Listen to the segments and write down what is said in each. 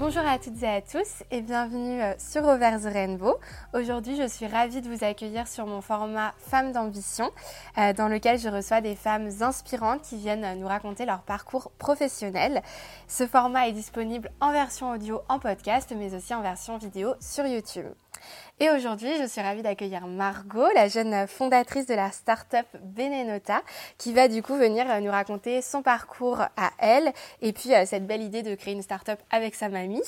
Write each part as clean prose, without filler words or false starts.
Bonjour à toutes et à tous et bienvenue sur Over the Rainbow. Aujourd'hui, je suis ravie de vous accueillir sur mon format Femmes d'ambition, dans lequel je reçois des femmes inspirantes qui viennent nous raconter leur parcours professionnel. Ce format est disponible en version audio en podcast, mais aussi en version vidéo sur YouTube. Et aujourd'hui, je suis ravie d'accueillir Margot, la jeune fondatrice de la start-up Benenota, qui va du coup venir nous raconter son parcours à elle et puis cette belle idée de créer une start-up avec sa mamie,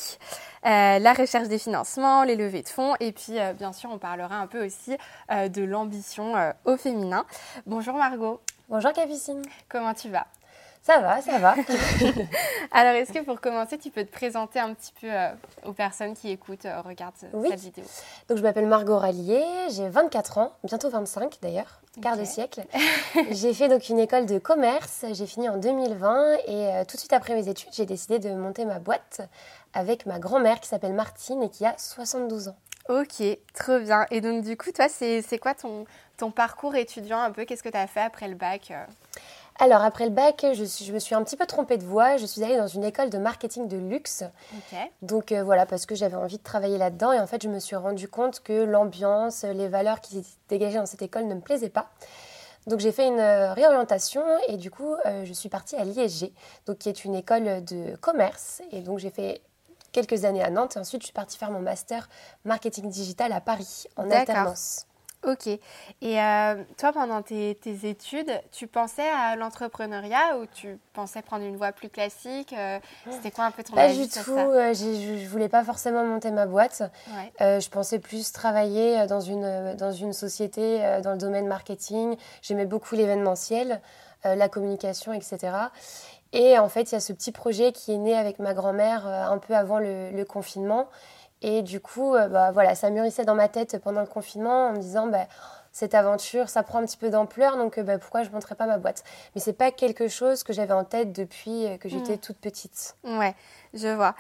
la recherche des financements, les levées de fonds et puis bien sûr, on parlera un peu aussi de l'ambition au féminin. Bonjour Margot. Bonjour Capucine. Comment tu vas ? Ça va, ça va. Alors, est-ce que pour commencer, tu peux te présenter un petit peu aux personnes qui écoutent, regardent cette vidéo ? Donc, je m'appelle Margot Rallier, j'ai 24 ans, bientôt 25 d'ailleurs, quart de siècle. J'ai fait donc une école de commerce, j'ai fini en 2020 et tout de suite après mes études, j'ai décidé de monter ma boîte avec ma grand-mère qui s'appelle Martine et qui a 72 ans. Ok, trop bien. Et donc, du coup, toi, c'est quoi ton parcours étudiant un peu ? Qu'est-ce que tu as fait après le bac ? Alors, après le bac, je me suis un petit peu trompée de voie. Je suis allée dans une école de marketing de luxe. Okay. Donc, voilà, parce que j'avais envie de travailler là-dedans. Et en fait, je me suis rendu compte que l'ambiance, les valeurs qui étaient dégagées dans cette école ne me plaisaient pas. Donc, j'ai fait une réorientation et du coup, je suis partie à l'ISG, donc, qui est une école de commerce. Et donc, j'ai fait quelques années à Nantes. Et ensuite, je suis partie faire mon master marketing digital à Paris, en alternance. Ok. Et toi, pendant tes études, tu pensais à l'entrepreneuriat ou tu pensais prendre une voie plus classique ? C'était quoi un peu ton avis sur ça ? Pas du tout. Je ne voulais pas forcément monter ma boîte. Ouais. Je pensais plus travailler dans une société dans le domaine marketing. J'aimais beaucoup l'événementiel, la communication, etc. Et en fait, il y a ce petit projet qui est né avec ma grand-mère un peu avant le confinement. Et du coup, voilà, ça mûrissait dans ma tête pendant le confinement en me disant cette aventure, ça prend un petit peu d'ampleur, donc pourquoi je ne monterais pas ma boîte ? Mais ce n'est pas quelque chose que j'avais en tête depuis que j'étais toute petite. Ouais, je vois.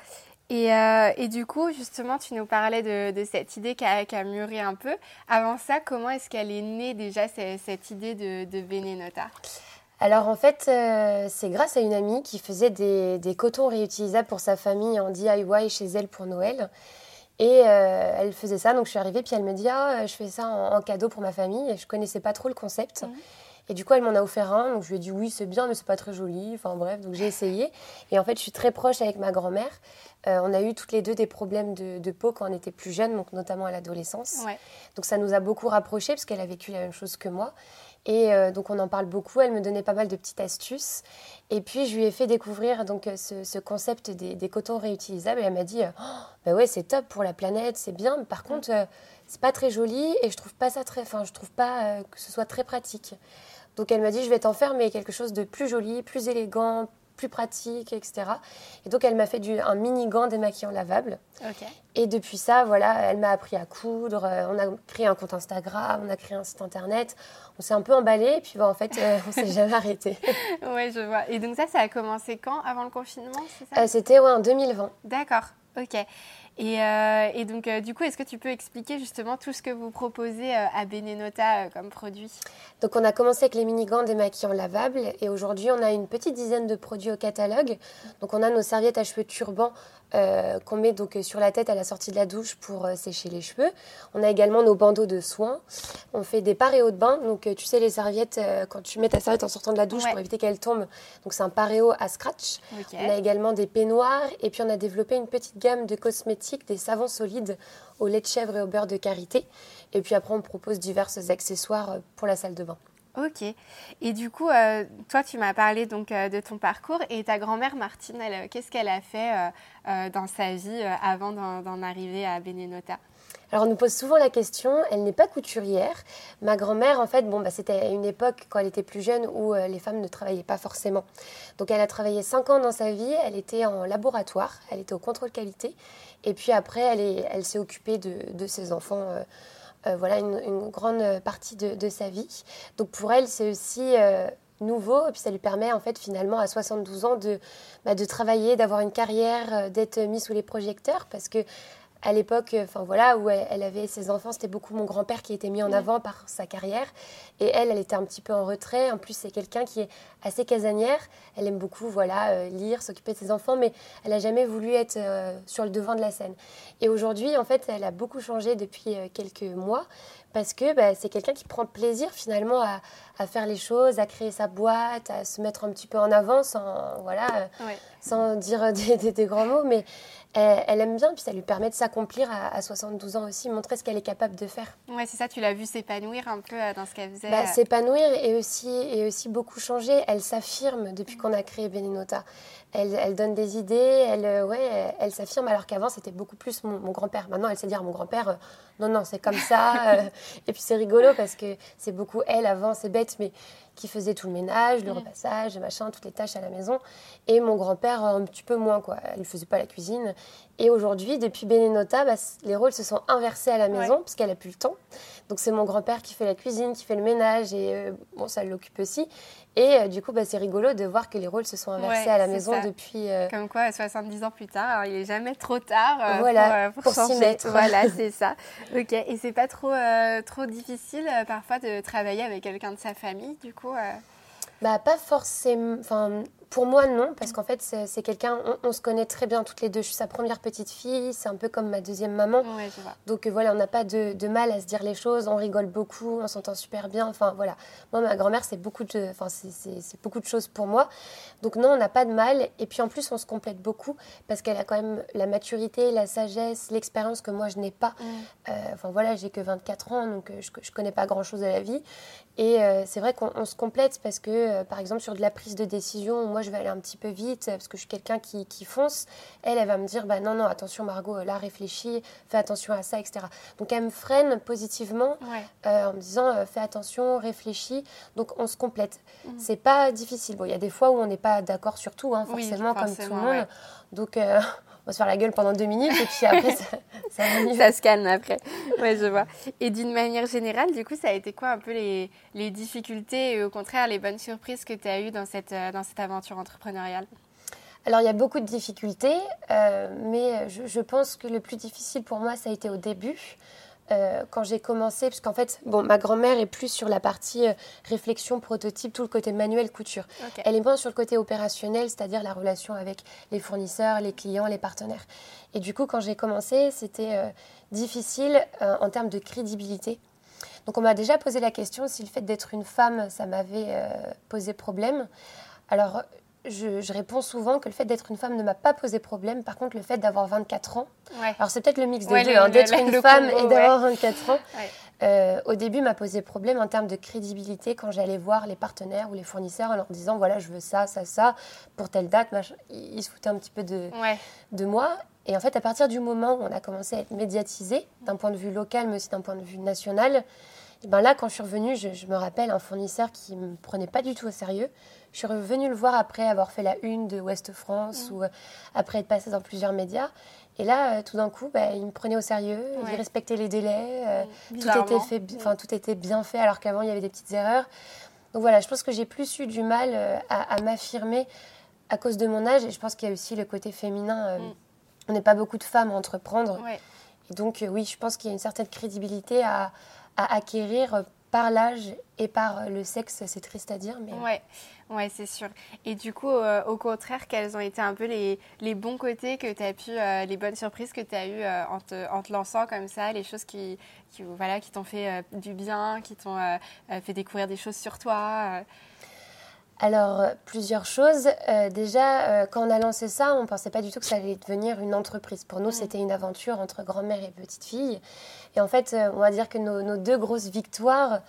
Et du coup, justement, tu nous parlais de cette idée qui a mûri un peu. Avant ça, comment est-ce qu'elle est née déjà, cette idée de Benenota ? Alors en fait, c'est grâce à une amie qui faisait des cotons réutilisables pour sa famille en DIY chez elle pour Noël. Et elle faisait ça, donc je suis arrivée, puis elle me dit « Ah, je fais ça en cadeau pour ma famille » et je ne connaissais pas trop le concept. Et du coup, elle m'en a offert un, donc je lui ai dit « Oui, c'est bien, mais c'est pas très joli. » Enfin bref, donc j'ai essayé. Et en fait, je suis très proche avec ma grand-mère. On a eu toutes les deux des problèmes de peau quand on était plus jeunes, donc notamment à l'adolescence. Ouais. Donc ça nous a beaucoup rapprochés, parce qu'elle a vécu la même chose que moi. Et donc on en parle beaucoup, elle me donnait pas mal de petites astuces. Et puis je lui ai fait découvrir donc, ce concept des cotons réutilisables. Et elle m'a dit ouais, c'est top pour la planète, c'est bien. Mais par contre, c'est pas très joli et je trouve pas ça je trouve pas que ce soit très pratique. Donc elle m'a dit je vais t'en faire mais quelque chose de plus joli, plus élégant, plus pratique, etc. Et donc, elle m'a fait un mini-gant démaquillant lavable. Okay. Et depuis ça, voilà, elle m'a appris à coudre. On a créé un compte Instagram, on a créé un site internet. On s'est un peu emballé et puis en fait, on ne s'est jamais arrêté. Oui, je vois. Et donc ça a commencé quand ? Avant le confinement, c'est ça ? C'était en 2020. D'accord, ok. Et donc, du coup, est-ce que tu peux expliquer justement tout ce que vous proposez à Benenota comme produit ? Donc, on a commencé avec les mini-gants démaquillants lavables et aujourd'hui, on a une petite dizaine de produits au catalogue. Donc, on a nos serviettes à cheveux turban qu'on met donc sur la tête à la sortie de la douche pour sécher les cheveux. On a également nos bandeaux de soins. On fait des paréos de bain. Donc, tu sais, les serviettes, quand tu mets ta serviette en sortant de la douche pour éviter qu'elle tombe. Donc, c'est un paréo à scratch. Okay. On a également des peignoirs et puis on a développé une petite gamme de cosmétiques, des savons solides au lait de chèvre et au beurre de karité. Et puis après, on propose divers accessoires pour la salle de bain. Ok. Et du coup, toi, tu m'as parlé donc de ton parcours. Et ta grand-mère, Martine, qu'est-ce qu'elle a fait dans sa vie avant d'en arriver à Benenota ? Alors, on nous pose souvent la question, elle n'est pas couturière. Ma grand-mère, en fait, c'était à une époque, quand elle était plus jeune, où les femmes ne travaillaient pas forcément. Donc, elle a travaillé 5 ans dans sa vie. Elle était en laboratoire, elle était au contrôle qualité. Et puis après, elle s'est occupée de ses enfants, voilà, une grande partie de sa vie. Donc, pour elle, c'est aussi nouveau. Et puis, ça lui permet, en fait, finalement, à 72 ans, de travailler, d'avoir une carrière, d'être mise sous les projecteurs. Parce que à l'époque, où elle avait ses enfants, c'était beaucoup mon grand-père qui était mis en avant par sa carrière. Et elle était un petit peu en retrait. En plus, c'est quelqu'un qui est assez casanière. Elle aime beaucoup lire, s'occuper de ses enfants, mais elle n'a jamais voulu être sur le devant de la scène. Et aujourd'hui, en fait, elle a beaucoup changé depuis quelques mois parce que c'est quelqu'un qui prend plaisir finalement à faire les choses, à créer sa boîte, à se mettre un petit peu en avant sans dire des grands mots, mais elle aime bien, puis ça lui permet de s'accomplir à 72 ans aussi, montrer ce qu'elle est capable de faire. Ouais, c'est ça, tu l'as vu s'épanouir un peu dans ce qu'elle faisait. S'épanouir et aussi beaucoup changer. Elle s'affirme depuis qu'on a créé Benenota. Elle donne des idées, elle s'affirme, alors qu'avant, c'était beaucoup plus mon grand-père. Maintenant, elle sait dire, mon grand-père, non, c'est comme ça. Et puis, c'est rigolo parce que c'est beaucoup elle, avant, c'est bête, mais qui faisait tout le ménage, le repassage, machin, toutes les tâches à la maison. Et mon grand-père, un petit peu moins, quoi. Elle ne faisait pas la cuisine. Et aujourd'hui, depuis Benenota, les rôles se sont inversés à la maison parce qu'elle n'a plus le temps. Donc, c'est mon grand-père qui fait la cuisine, qui fait le ménage et ça l'occupe aussi. Et du coup, c'est rigolo de voir que les rôles se sont inversés à la maison depuis... Comme quoi, 70 ans plus tard, il n'est jamais trop tard pour changer. S'y mettre. Voilà, c'est ça. Ok. Et c'est pas trop difficile parfois de travailler avec quelqu'un de sa famille, du coup Pas forcément... Pour moi, non, parce qu'en fait, c'est quelqu'un... On se connaît très bien toutes les deux. Je suis sa première petite fille, c'est un peu comme ma deuxième maman. Ouais, je vois. Donc on n'a pas de mal à se dire les choses, on rigole beaucoup, on s'entend super bien. Enfin, voilà. Moi, ma grand-mère, c'est beaucoup de choses pour moi. Donc non, on n'a pas de mal. Et puis en plus, on se complète beaucoup parce qu'elle a quand même la maturité, la sagesse, l'expérience que moi, je n'ai pas. J'ai que 24 ans, donc je ne connais pas grand-chose à la vie. Et c'est vrai qu'on se complète parce que, par exemple, sur de la prise de décision, moi, je vais aller un petit peu vite parce que je suis quelqu'un qui fonce. Elle va me dire, non, attention Margot, là, réfléchis, fais attention à ça, etc. Donc, elle me freine positivement en me disant, fais attention, réfléchis. Donc, on se complète. C'est pas difficile. Bon, il y a des fois où on n'est pas d'accord sur tout, forcément, comme tout le monde. Ouais. Donc, on va se faire la gueule pendant 2 minutes et puis après, ça va mieux. Ça se calme après. Ouais, je vois. Et d'une manière générale, du coup, ça a été quoi un peu les difficultés et au contraire les bonnes surprises que tu as eues dans cette aventure entrepreneuriale ? Alors, il y a beaucoup de difficultés, mais je pense que le plus difficile pour moi, ça a été au début. Quand j'ai commencé, parce qu'en fait, ma grand-mère est plus sur la partie réflexion, prototype, tout le côté manuel, couture. Okay. Elle est moins sur le côté opérationnel, c'est-à-dire la relation avec les fournisseurs, les clients, les partenaires. Et du coup, quand j'ai commencé, c'était difficile en termes de crédibilité. Donc, on m'a déjà posé la question si le fait d'être une femme, ça m'avait posé problème. Alors, je réponds souvent que le fait d'être une femme ne m'a pas posé problème. Par contre, le fait d'avoir 24 ans, alors c'est peut-être le mix des deux, d'être une femme et d'avoir 24 ans, au début m'a posé problème en termes de crédibilité quand j'allais voir les partenaires ou les fournisseurs en leur disant, voilà, je veux ça, pour telle date. Ils se foutaient un petit peu de moi. Et en fait, à partir du moment où on a commencé à être médiatisé, d'un point de vue local, mais aussi d'un point de vue national, et là, quand je suis revenue, je me rappelle un fournisseur qui ne me prenait pas du tout au sérieux. Je suis revenue le voir après avoir fait la une de Ouest France ou après être passée dans plusieurs médias. Et là, tout d'un coup, il me prenait au sérieux, il respectait les délais, tout était bien fait alors qu'avant, il y avait des petites erreurs. Donc voilà, je pense que j'ai plus eu du mal à m'affirmer à cause de mon âge. Et je pense qu'il y a aussi le côté féminin. On n'est pas beaucoup de femmes à entreprendre. Et donc, oui, je pense qu'il y a une certaine crédibilité à acquérir par l'âge et par le sexe, c'est triste à dire. Mais... Ouais, c'est sûr. Et du coup, au contraire, quels ont été un peu les bons côtés que tu as pu, les bonnes surprises que tu as eues en te lançant comme ça, les choses qui t'ont fait du bien, qui t'ont fait découvrir des choses sur toi Alors, plusieurs choses. Déjà, quand on a lancé ça, on ne pensait pas du tout que ça allait devenir une entreprise. Pour nous, c'était une aventure entre grand-mère et petite-fille. Et en fait, on va dire que nos 2 grosses victoires,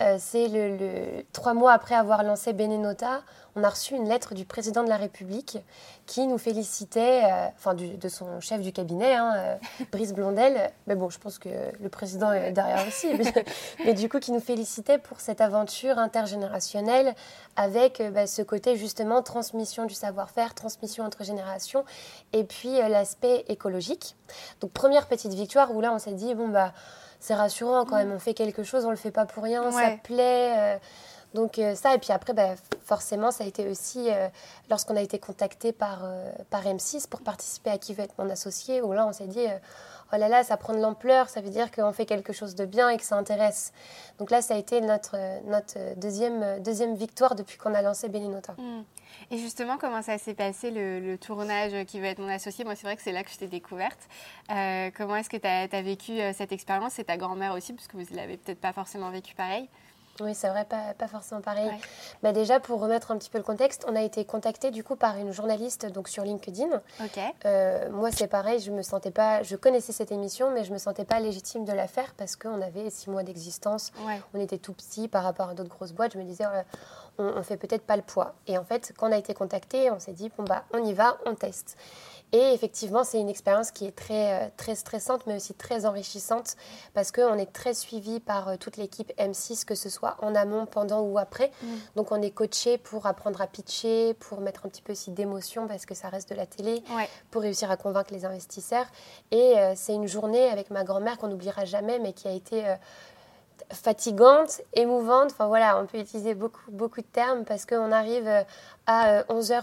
c'est 3 mois après avoir lancé Benenota, on a reçu une lettre du président de la République qui nous félicitait, de son chef du cabinet, Brice Blondel. Mais bon, je pense que le président est derrière aussi. Mais du coup, qui nous félicitait pour cette aventure intergénérationnelle avec ce côté justement transmission du savoir-faire, transmission entre générations et puis l'aspect écologique. Donc, première petite victoire où là, on s'est dit, c'est rassurant quand même, on fait quelque chose, on ne le fait pas pour rien, ça plaît. Donc ça, et puis après, forcément, ça a été aussi lorsqu'on a été contacté par M6 pour participer à Qui veut être mon associé, où là, on s'est dit, oh là là, ça prend de l'ampleur, ça veut dire qu'on fait quelque chose de bien et que ça intéresse. Donc là, ça a été notre deuxième victoire depuis qu'on a lancé Beninota. Et justement, comment ça s'est passé le tournage Qui veut être mon associé? Moi, c'est vrai que c'est là que je t'ai découverte. Comment est-ce que tu as vécu cette expérience? Et ta grand-mère aussi, parce que vous ne l'avez peut-être pas forcément vécu pareil. Oui, c'est vrai, pas forcément pareil. Ouais. Déjà, pour remettre un petit peu le contexte, on a été contacté du coup par une journaliste donc, sur LinkedIn. Moi, c'est pareil, je connaissais cette émission, mais je ne me sentais pas légitime de la faire parce qu'on avait 6 mois d'existence. Ouais. On était tout petits par rapport à d'autres grosses boîtes. Je me disais, on ne fait peut-être pas le poids. Et en fait, quand on a été contacté, on s'est dit, on y va, on teste. Et effectivement, c'est une expérience qui est très, très stressante, mais aussi très enrichissante, parce qu'on est très suivi par toute l'équipe M6, que ce soit en amont, pendant ou après. Donc, on est coaché pour apprendre à pitcher, pour mettre un petit peu aussi d'émotion, parce que ça reste de la télé, pour réussir à convaincre les investisseurs. Et c'est une journée avec ma grand-mère qu'on n'oubliera jamais, mais qui a été fatigante, émouvante. Enfin voilà, on peut utiliser beaucoup de termes, parce qu'on arrive à 11h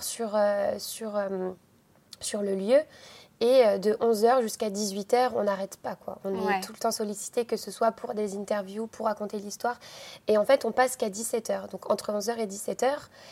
sur le lieu, et de 11h jusqu'à 18h, on n'arrête pas, quoi. On est tout le temps sollicité, que ce soit pour des interviews, pour raconter l'histoire. Et en fait, on passe qu'à 17h. Donc, entre 11h et 17h,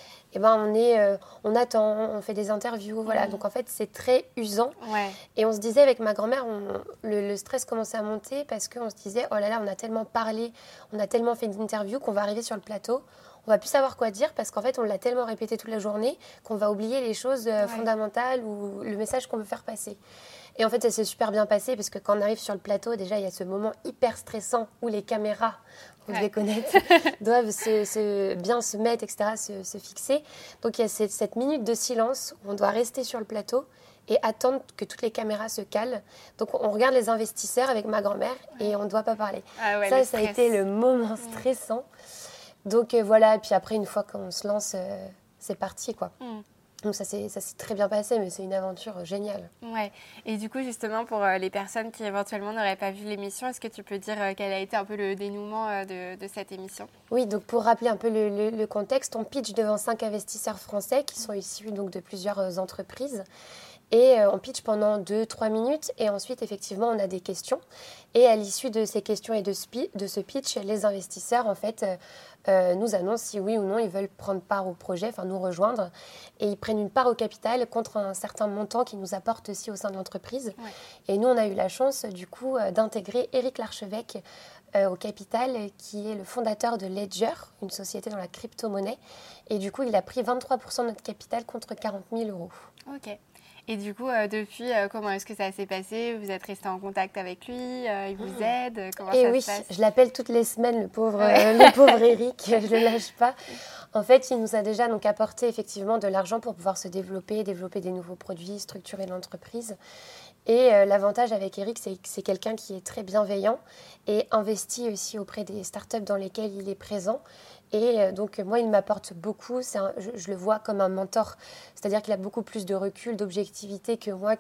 on attend, on fait des interviews, voilà. Donc, en fait, c'est très usant. Et on se disait, avec ma grand-mère, le stress commençait à monter, parce qu'on se disait, oh là là, on a tellement parlé, on a tellement fait d'interviews qu'on va arriver sur le plateau. On va plus savoir quoi dire parce qu'en fait, on l'a tellement répété toute la journée qu'on va oublier les choses fondamentales ou le message qu'on veut faire passer. Et en fait, ça s'est super bien passé parce que quand on arrive sur le plateau, déjà, il y a ce moment hyper stressant où les caméras, vous les connaissez, doivent bien se mettre, etc., se fixer. Donc, il y a cette minute de silence où on doit rester sur le plateau et attendre que toutes les caméras se calent. Donc, on regarde les investisseurs avec ma grand-mère et on ne doit pas parler. Ça a été le moment stressant. Donc voilà, et puis après, une fois qu'on se lance, c'est parti, quoi. Donc ça s'est très bien passé, mais c'est une aventure géniale. Ouais. Et du coup, justement, pour les personnes qui éventuellement n'auraient pas vu l'émission, est-ce que tu peux dire quel a été un peu le dénouement de cette émission? Oui, donc pour rappeler un peu le contexte, on pitch devant 5 investisseurs français qui sont issus donc, de plusieurs entreprises. Et on pitch pendant 2-3 minutes et ensuite, effectivement, on a des questions. Et à l'issue de ces questions et de ce pitch, les investisseurs, en fait, nous annoncent si oui ou non ils veulent prendre part au projet, enfin nous rejoindre. Et ils prennent une part au capital contre un certain montant qu'ils nous apportent aussi au sein de l'entreprise. Et nous, on a eu la chance, du coup, d'intégrer Éric Larchevêque au capital, qui est le fondateur de Ledger, une société dans la crypto-monnaie. Et du coup, il a pris 23% de notre capital contre 40 000 €. Ok. Et du coup, depuis, comment est-ce que ça s'est passé? Vous êtes resté en contact avec lui? Il vous aide? Comment ça se passe? Je l'appelle toutes les semaines, le pauvre Eric, je ne le lâche pas. En fait, il nous a déjà donc, apporté effectivement de l'argent pour pouvoir se développer des nouveaux produits, structurer l'entreprise. Et l'avantage avec Eric, c'est que c'est quelqu'un qui est très bienveillant et investi aussi auprès des startups dans lesquelles il est présent. Et donc, moi, il m'apporte beaucoup. Je le vois comme un mentor. C'est-à-dire qu'il a beaucoup plus de recul, d'objectivité que moi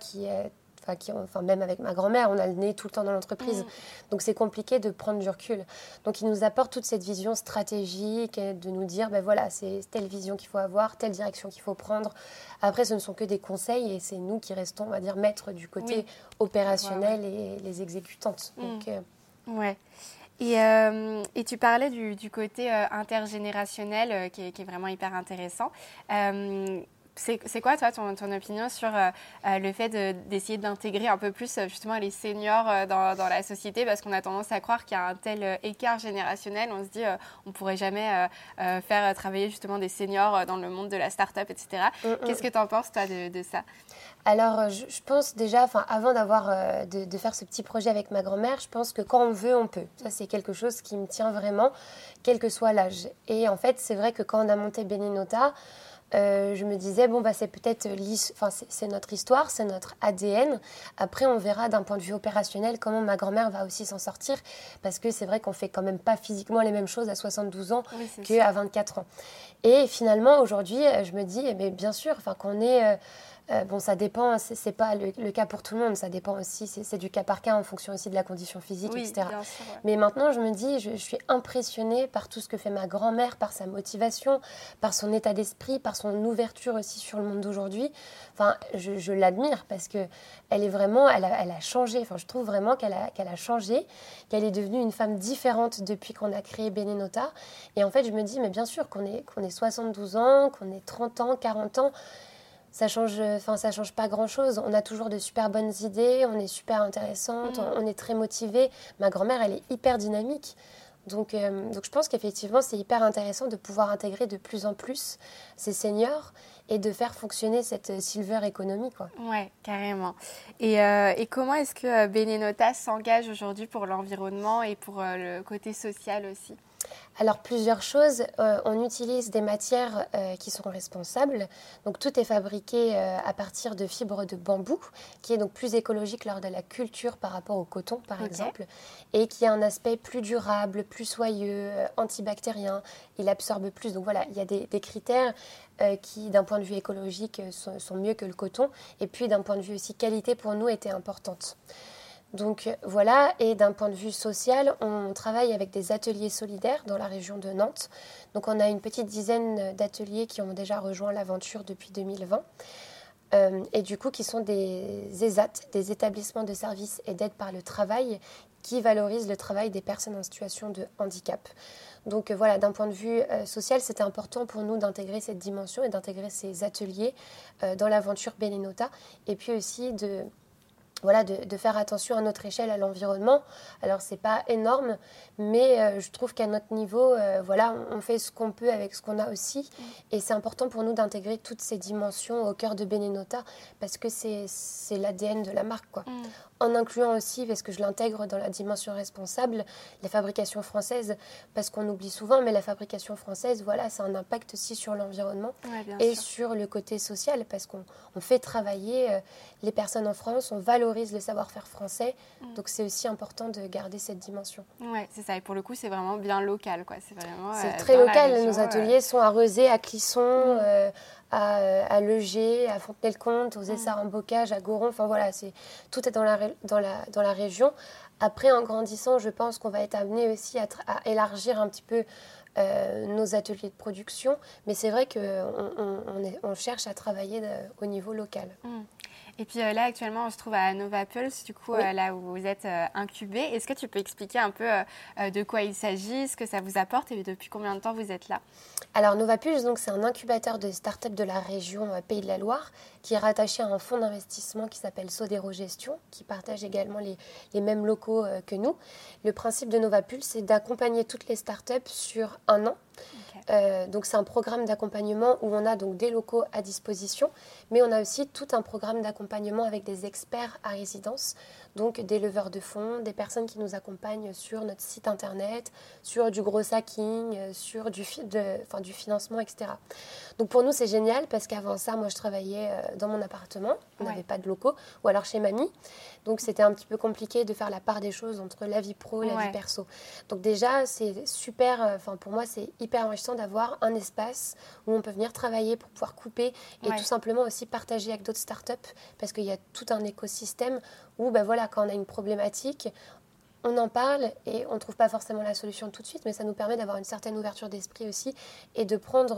même avec ma grand-mère, on a le nez tout le temps dans l'entreprise. Donc, c'est compliqué de prendre du recul. Donc, il nous apporte toute cette vision stratégique de nous dire, voilà, c'est telle vision qu'il faut avoir, telle direction qu'il faut prendre. Après, ce ne sont que des conseils et c'est nous qui restons, on va dire, maîtres du côté opérationnel et les exécutantes. Donc, Et tu parlais du côté intergénérationnel qui est vraiment hyper intéressant. C'est quoi, toi, ton opinion sur le fait d'essayer d'intégrer un peu plus justement les seniors dans la société? Parce qu'on a tendance à croire qu'il y a un tel écart générationnel. On se dit on ne pourrait jamais faire travailler justement des seniors dans le monde de la start-up, etc. Qu'est-ce que tu en penses, toi, de ça? Alors, je pense déjà, avant de faire ce petit projet avec ma grand-mère, je pense que quand on veut, on peut. Ça, c'est quelque chose qui me tient vraiment, quel que soit l'âge. Et en fait, c'est vrai que quand on a monté Beninota, je me disais, c'est peut-être c'est notre histoire, c'est notre ADN. Après, on verra d'un point de vue opérationnel comment ma grand-mère va aussi s'en sortir. Parce que c'est vrai qu'on ne fait quand même pas physiquement les mêmes choses à 72 ans qu'à 24 ans. Et finalement, aujourd'hui, je me dis, bien sûr, qu'on est Bon, ça dépend, c'est pas le cas pour tout le monde, ça dépend aussi, c'est du cas par cas en fonction aussi de la condition physique, oui, etc. Bien sûr, ouais. Mais maintenant, je me dis, je suis impressionnée par tout ce que fait ma grand-mère, par sa motivation, par son état d'esprit, par son ouverture aussi sur le monde d'aujourd'hui. Enfin, je l'admire parce que elle est vraiment, elle a changé. Enfin, je trouve vraiment qu'elle a changé, qu'elle est devenue une femme différente depuis qu'on a créé Benenota. Et en fait, je me dis, mais bien sûr qu'on ait 72 ans, qu'on ait 30 ans, 40 ans, ça change pas grand-chose. On a toujours de super bonnes idées, on est super intéressante, on est très motivée. Ma grand-mère, elle est hyper dynamique. Donc je pense qu'effectivement, c'est hyper intéressant de pouvoir intégrer de plus en plus ces seniors et de faire fonctionner cette silver economy, quoi. Ouais, carrément. Et comment est-ce que Benenota s'engage aujourd'hui pour l'environnement et pour le côté social aussi ? Alors, plusieurs choses. On utilise des matières qui sont responsables. Donc, tout est fabriqué à partir de fibres de bambou, qui est donc plus écologique lors de la culture par rapport au coton, par exemple, et qui a un aspect plus durable, plus soyeux, antibactérien. Il absorbe plus. Donc, voilà, il y a des critères qui, d'un point de vue écologique, sont mieux que le coton. Et puis, d'un point de vue aussi qualité, pour nous, étaient importantes. Donc voilà, et d'un point de vue social, on travaille avec des ateliers solidaires dans la région de Nantes. Donc on a une petite dizaine d'ateliers qui ont déjà rejoint l'aventure depuis 2020. Et du coup, qui sont des ESAT, des établissements de services et d'aide par le travail, qui valorisent le travail des personnes en situation de handicap. Donc voilà, d'un point de vue social, c'était important pour nous d'intégrer cette dimension et d'intégrer ces ateliers dans l'aventure Benenota. Et puis aussi de faire attention à notre échelle à l'environnement. Alors, ce n'est pas énorme, mais je trouve qu'à notre niveau, on fait ce qu'on peut avec ce qu'on a aussi. Et c'est important pour nous d'intégrer toutes ces dimensions au cœur de Benenota parce que c'est l'ADN de la marque, quoi. En incluant aussi, parce que je l'intègre dans la dimension responsable, les fabrications françaises, parce qu'on oublie souvent, mais la fabrication française, voilà, ça a un impact aussi sur l'environnement et sur le côté social, parce qu'on fait travailler les personnes en France, on valorise le savoir-faire français, donc c'est aussi important de garder cette dimension. Ouais, c'est ça, et pour le coup, c'est vraiment bien local, quoi. C'est très local, nos ateliers sont à Rezé, à Clisson, à Legé, à Fontenay-le-Comte, aux Essarts-en-Bocage, à Goron. Enfin voilà, tout est dans la région. Après, en grandissant, je pense qu'on va être amené aussi à élargir un petit peu nos ateliers de production. Mais c'est vrai qu'on cherche à travailler au niveau local. Et puis là, actuellement, on se trouve à Nova Pulse, du coup, là où vous êtes incubé. Est-ce que tu peux expliquer un peu de quoi il s'agit, ce que ça vous apporte et depuis combien de temps vous êtes là ? Alors, Nova Pulse, donc, c'est un incubateur de start-up de la région Pays de la Loire qui est rattaché à un fonds d'investissement qui s'appelle Sodero Gestion, qui partage également les mêmes locaux que nous. Le principe de Nova Pulse, c'est d'accompagner toutes les start-up sur un an. Donc c'est un programme d'accompagnement où on a donc des locaux à disposition, mais on a aussi tout un programme d'accompagnement avec des experts à résidence, donc des leveurs de fonds, des personnes qui nous accompagnent sur notre site internet, sur du gros hacking, sur du financement, etc. Donc pour nous c'est génial parce qu'avant ça, moi je travaillais dans mon appartement, on n'avait pas de locaux, ou alors chez mamie, donc c'était un petit peu compliqué de faire la part des choses entre la vie pro et la vie perso. Donc déjà c'est super, pour moi c'est hyper enrichissant d'avoir un espace où on peut venir travailler pour pouvoir couper et tout simplement aussi partager avec d'autres startups parce qu'il y a tout un écosystème où quand on a une problématique, on en parle et on ne trouve pas forcément la solution tout de suite, mais ça nous permet d'avoir une certaine ouverture d'esprit aussi et de prendre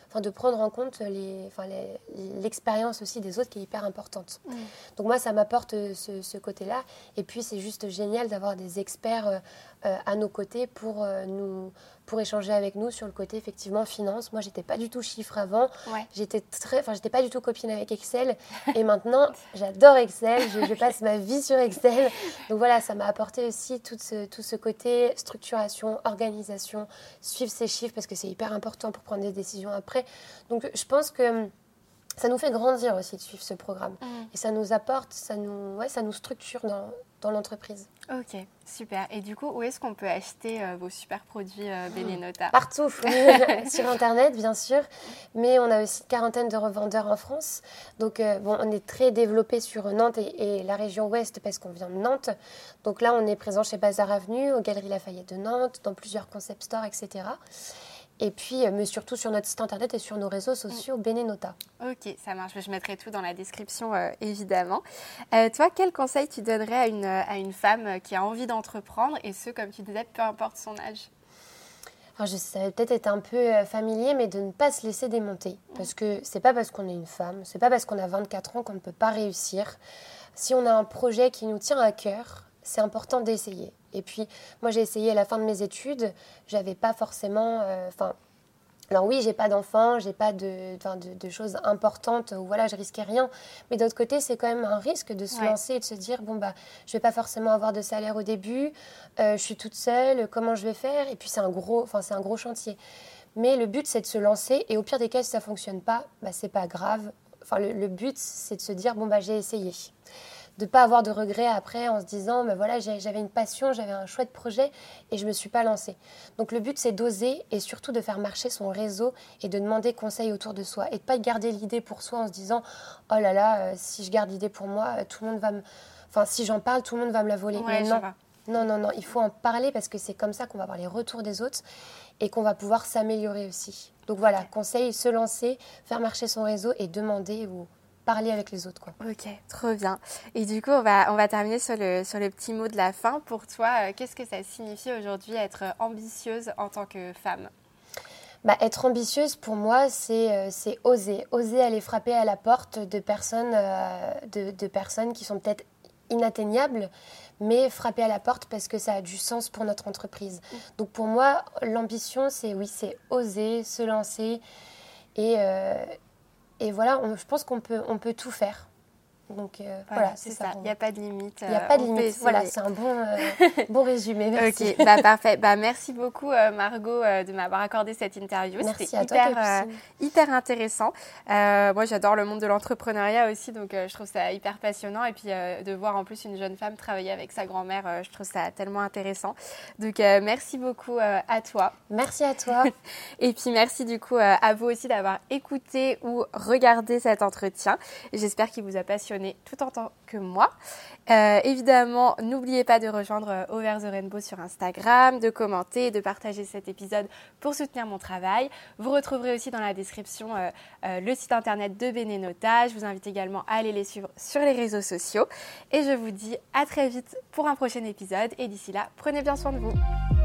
en compte l'expérience aussi des autres qui est hyper importante. Donc moi, ça m'apporte ce côté-là. Et puis, c'est juste génial d'avoir des experts à nos côtés pour échanger avec nous sur le côté effectivement finance. Moi, j'étais pas du tout chiffre avant. J'étais pas du tout copine avec Excel. Et maintenant, j'adore Excel. Je passe ma vie sur Excel. Donc voilà, ça m'a apporté aussi tout ce côté structuration, organisation, suivre ses chiffres parce que c'est hyper important pour prendre des décisions après. Donc je pense que ça nous fait grandir aussi de suivre ce programme. Et ça nous apporte, ça nous structure dans l'entreprise. Ok, super. Et du coup, où est-ce qu'on peut acheter vos super produits Benenota ? Partout, sur Internet bien sûr, mais on a aussi une quarantaine de revendeurs en France. Donc on est très développé sur Nantes et la région ouest parce qu'on vient de Nantes. Donc là, on est présent chez Bazar Avenue, aux Galeries Lafayette de Nantes, dans plusieurs concept stores, etc. Et puis, mais surtout sur notre site internet et sur nos réseaux sociaux, Benenota. Ok, ça marche. Je mettrai tout dans la description, évidemment. Toi, quel conseil tu donnerais à une femme qui a envie d'entreprendre, et ce, comme tu disais, peu importe son âge? Alors, ça va peut-être être un peu familier, mais de ne pas se laisser démonter. Parce que c'est pas parce qu'on est une femme, c'est pas parce qu'on a 24 ans qu'on ne peut pas réussir. Si on a un projet qui nous tient à cœur, c'est important d'essayer. Et puis, moi, j'ai essayé à la fin de mes études. J'avais pas forcément... alors oui, j'ai pas d'enfants, j'ai pas de choses importantes où voilà, je risquais rien. Mais d'autre côté, c'est quand même un risque de se lancer et de se dire, bon, bah, je vais pas forcément avoir de salaire au début, je suis toute seule, comment je vais faire? Et puis, c'est un gros chantier. Mais le but, c'est de se lancer. Et au pire des cas, si ça fonctionne pas, bah, c'est pas grave. Enfin, le but, c'est de se dire, bon, bah, j'ai essayé. De ne pas avoir de regrets après en se disant, ben voilà, j'avais une passion, j'avais un chouette projet et je ne me suis pas lancée. Donc le but, c'est d'oser et surtout de faire marcher son réseau et de demander conseil autour de soi. Et de ne pas garder l'idée pour soi en se disant, oh là là, si je garde l'idée pour moi, tout le monde va me... Enfin, si j'en parle, tout le monde va me la voler. Ouais, non, il faut en parler parce que c'est comme ça qu'on va avoir les retours des autres et qu'on va pouvoir s'améliorer aussi. Donc voilà, conseil, se lancer, faire marcher son réseau et demander ou parler avec les autres, quoi. Ok, trop bien. Et du coup, on va terminer sur le petit mot de la fin. Pour toi, qu'est-ce que ça signifie aujourd'hui être ambitieuse en tant que femme? Bah, être ambitieuse, pour moi, c'est oser. Oser aller frapper à la porte de personnes qui sont peut-être inatteignables, mais frapper à la porte parce que ça a du sens pour notre entreprise. Donc pour moi, l'ambition, c'est oser, se lancer et voilà, je pense qu'on peut tout faire. Donc voilà, c'est ça. Il n'y a pas de limite. Il n'y a pas de limite. Voilà, c'est un bon résumé. Merci. Ok, parfait. Merci beaucoup Margot de m'avoir accordé cette interview. Merci à toi, hyper intéressant. Moi, j'adore le monde de l'entrepreneuriat aussi, donc je trouve ça hyper passionnant. Et puis de voir en plus une jeune femme travailler avec sa grand-mère, je trouve ça tellement intéressant. Donc merci beaucoup à toi. Merci à toi. Et puis merci du coup à vous aussi d'avoir écouté ou regardé cet entretien. J'espère qu'il vous a passionné tout autant que moi. Évidemment, n'oubliez pas de rejoindre Over the Rainbow sur Instagram, de commenter, de partager cet épisode pour soutenir mon travail. Vous retrouverez aussi dans la description le site internet de Benenota. Je vous invite également à aller les suivre sur les réseaux sociaux. Et je vous dis à très vite pour un prochain épisode. Et d'ici là, prenez bien soin de vous.